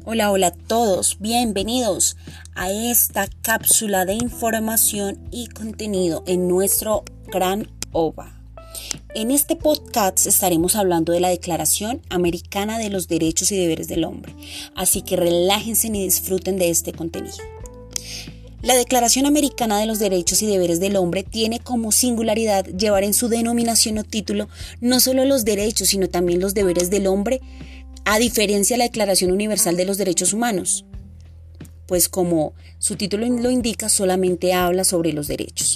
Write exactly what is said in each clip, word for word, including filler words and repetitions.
Hola, hola a todos, bienvenidos a esta cápsula de información y contenido en nuestro gran O V A. En este podcast estaremos hablando de la Declaración Americana de los Derechos y Deberes del Hombre, así que relájense y disfruten de este contenido. La Declaración Americana de los Derechos y Deberes del Hombre tiene como singularidad llevar en su denominación o título no solo los derechos, sino también los deberes del hombre, a diferencia de la Declaración Universal de los Derechos Humanos, pues como su título lo indica, solamente habla sobre los derechos.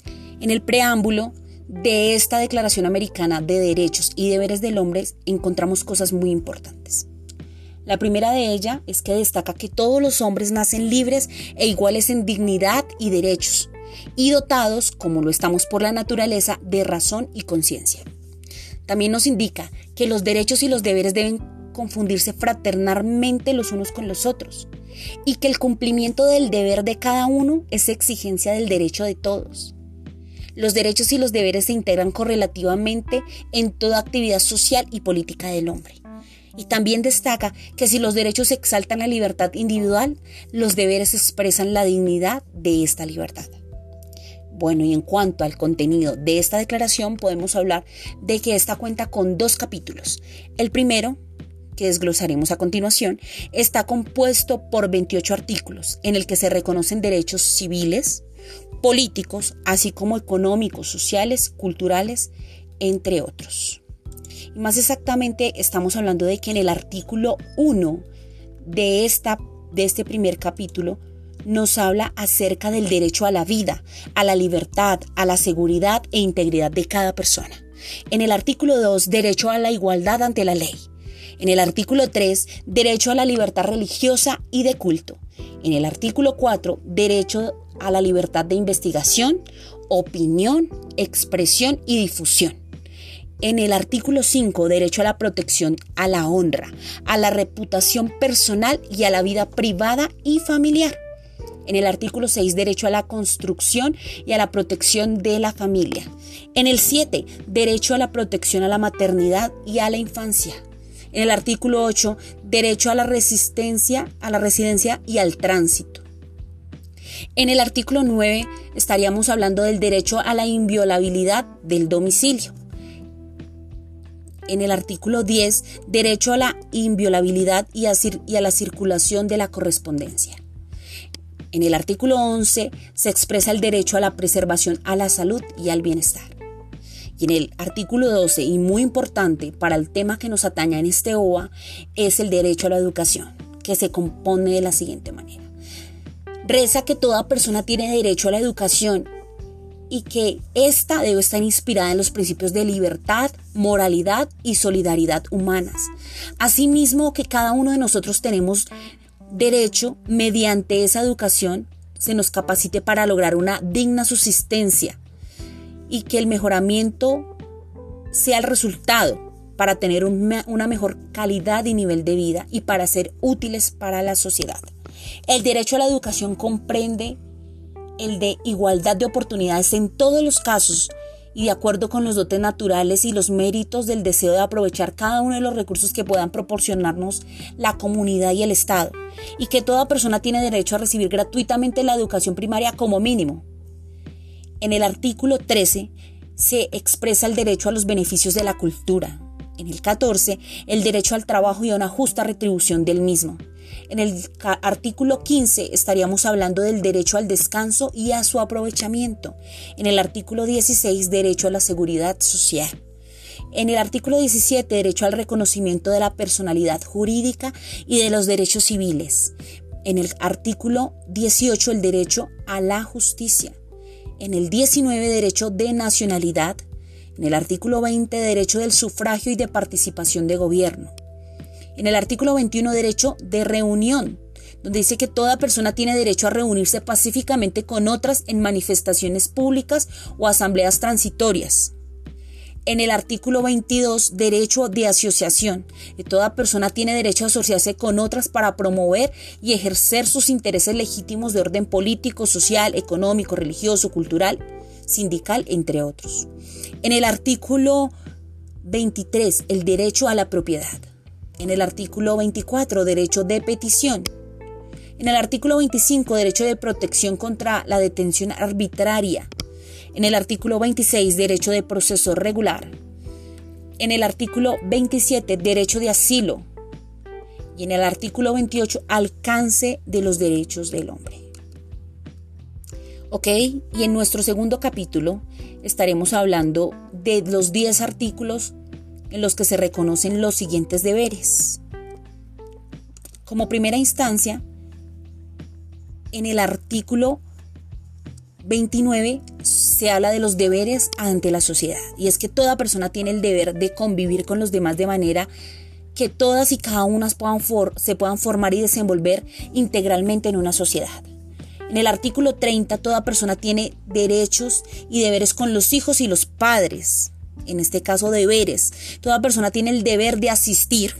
En el preámbulo de esta Declaración Americana de Derechos y Deberes del Hombre encontramos cosas muy importantes. La primera de ellas es que destaca que todos los hombres nacen libres e iguales en dignidad y derechos, y dotados, como lo estamos por la naturaleza, de razón y conciencia. También nos indica que los derechos y los deberes deben confundirse fraternalmente los unos con los otros, y que el cumplimiento del deber de cada uno es exigencia del derecho de todos. Los derechos y los deberes se integran correlativamente en toda actividad social y política del hombre. Y también destaca que si los derechos exaltan la libertad individual, los deberes expresan la dignidad de esta libertad. Bueno, y en cuanto al contenido de esta declaración, podemos hablar de que esta cuenta con dos capítulos. El primero, que desglosaremos a continuación, está compuesto por veintiocho artículos, en el que se reconocen derechos civiles, políticos, así como económicos, sociales, culturales, entre otros. Y más exactamente estamos hablando de que en el artículo uno de, esta, de este primer capítulo nos habla acerca del derecho a la vida, a la libertad, a la seguridad e integridad de cada persona. En el artículo dos, derecho a la igualdad ante la ley. En el artículo tres, derecho a la libertad religiosa y de culto. En el artículo cuatro, derecho a la libertad de investigación, opinión, expresión y difusión. En el artículo cinco, derecho a la protección a la honra, a la reputación personal y a la vida privada y familiar. En el artículo seis, derecho a la construcción y a la protección de la familia. En el siete, derecho a la protección a la maternidad y a la infancia. En el artículo ocho, derecho a la resistencia, a la residencia y al tránsito. En el artículo nueve, estaríamos hablando del derecho a la inviolabilidad del domicilio. En el artículo diez, derecho a la inviolabilidad y a, cir- y a la circulación de la correspondencia. En el artículo once, se expresa el derecho a la preservación a la salud y al bienestar. Y en el artículo doce, y muy importante para el tema que nos atañe en este O V A, es el derecho a la educación, que se compone de la siguiente manera. Reza que toda persona tiene derecho a la educación y que ésta debe estar inspirada en los principios de libertad, moralidad y solidaridad humanas. Asimismo, que cada uno de nosotros tenemos derecho, mediante esa educación, se nos capacite para lograr una digna subsistencia, y que el mejoramiento sea el resultado para tener una, una mejor calidad y nivel de vida y para ser útiles para la sociedad. El derecho a la educación comprende el de igualdad de oportunidades en todos los casos y de acuerdo con los dotes naturales y los méritos del deseo de aprovechar cada uno de los recursos que puedan proporcionarnos la comunidad y el Estado, y que toda persona tiene derecho a recibir gratuitamente la educación primaria como mínimo. En el artículo trece se expresa el derecho a los beneficios de la cultura. En el catorce, el derecho al trabajo y a una justa retribución del mismo. En el artículo quince estaríamos hablando del derecho al descanso y a su aprovechamiento. En el artículo dieciséis, derecho a la seguridad social. En el artículo diecisiete, derecho al reconocimiento de la personalidad jurídica y de los derechos civiles. En el artículo dieciocho, el derecho a la justicia. En el diecinueve, derecho de nacionalidad. En el artículo veinte, derecho del sufragio y de participación de gobierno. En el artículo veintiuno, derecho de reunión, donde dice que toda persona tiene derecho a reunirse pacíficamente con otras en manifestaciones públicas o asambleas transitorias. En el artículo veintidós, derecho de asociación, que toda persona tiene derecho a asociarse con otras para promover y ejercer sus intereses legítimos de orden político, social, económico, religioso, cultural, sindical, entre otros. En el artículo veintitrés, el derecho a la propiedad. En el artículo veinticuatro, derecho de petición. En el artículo veinticinco, derecho de protección contra la detención arbitraria. En el artículo veintiséis, derecho de proceso regular. En el artículo veintisiete, derecho de asilo. Y en el artículo veintiocho, alcance de los derechos del hombre. Ok, y en nuestro segundo capítulo estaremos hablando de los diez artículos en los que se reconocen los siguientes deberes. Como primera instancia, en el artículo veintinueve se habla de los deberes ante la sociedad, y es que toda persona tiene el deber de convivir con los demás de manera que todas y cada una puedan for- se puedan formar y desenvolver integralmente en una sociedad. En el artículo treinta, toda persona tiene derechos y deberes con los hijos y los padres. En este caso, deberes. Toda persona tiene el deber de asistir,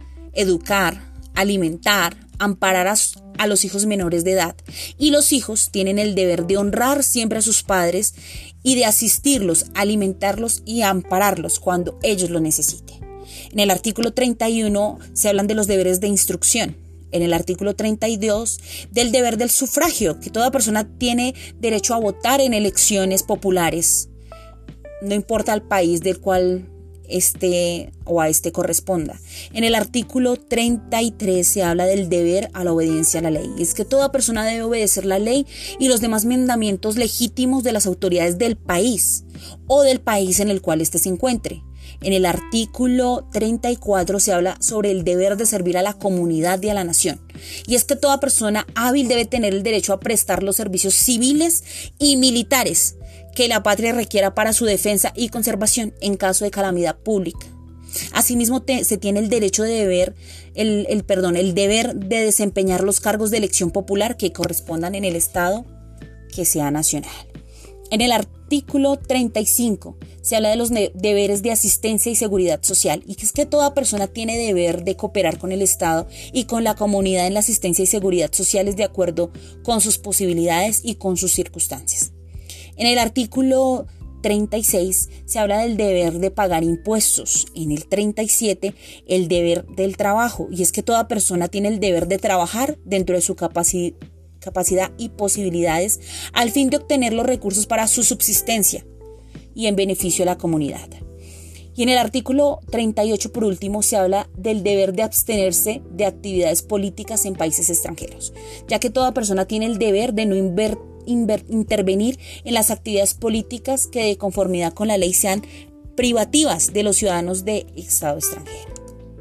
educar, alimentar, amparar a, a los hijos menores de edad. Y los hijos tienen el deber de honrar siempre a sus padres y de asistirlos, alimentarlos y ampararlos cuando ellos lo necesiten. En el artículo treinta y uno se hablan de los deberes de instrucción. En el artículo treinta y dos, del deber del sufragio, que toda persona tiene derecho a votar en elecciones populares, no importa el país del cual este o a este corresponda. En el artículo treinta y tres se habla del deber a la obediencia a la ley. Y es que toda persona debe obedecer la ley y los demás mandamientos legítimos de las autoridades del país o del país en el cual éste se encuentre. En el artículo treinta y cuatro se habla sobre el deber de servir a la comunidad y a la nación. Y es que toda persona hábil debe tener el derecho a prestar los servicios civiles y militares que la patria requiera para su defensa y conservación en caso de calamidad pública. Asimismo, te, se tiene el derecho de deber, el, el, perdón, el deber de desempeñar los cargos de elección popular que correspondan en el Estado que sea nacional. En el artículo treinta y cinco se habla de los deberes de asistencia y seguridad social, y que es que toda persona tiene deber de cooperar con el Estado y con la comunidad en la asistencia y seguridad sociales de acuerdo con sus posibilidades y con sus circunstancias. En el artículo treinta y seis se habla del deber de pagar impuestos. En el treinta y siete, el deber del trabajo, y es que toda persona tiene el deber de trabajar dentro de su capacidad capacidad y posibilidades al fin de obtener los recursos para su subsistencia y en beneficio de la comunidad. Y en el artículo treinta y ocho, por último, se habla del deber de abstenerse de actividades políticas en países extranjeros, ya que toda persona tiene el deber de no inver, inver, intervenir en las actividades políticas que de conformidad con la ley sean privativas de los ciudadanos de Estado extranjero.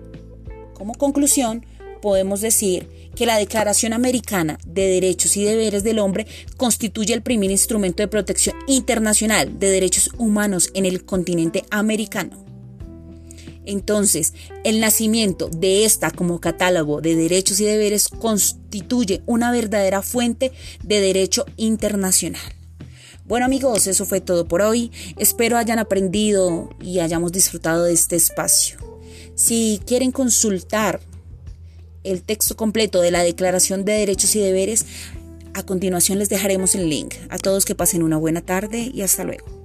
Como conclusión, podemos decir que la Declaración Americana de Derechos y Deberes del Hombre constituye el primer instrumento de protección internacional de derechos humanos en el continente americano. Entonces, el nacimiento de esta como catálogo de derechos y deberes constituye una verdadera fuente de derecho internacional. Bueno amigos, eso fue todo por hoy. Espero hayan aprendido y hayamos disfrutado de este espacio. Si quieren consultar el texto completo de la Declaración de Derechos y Deberes, a continuación les dejaremos el link. A todos que pasen una buena tarde y hasta luego.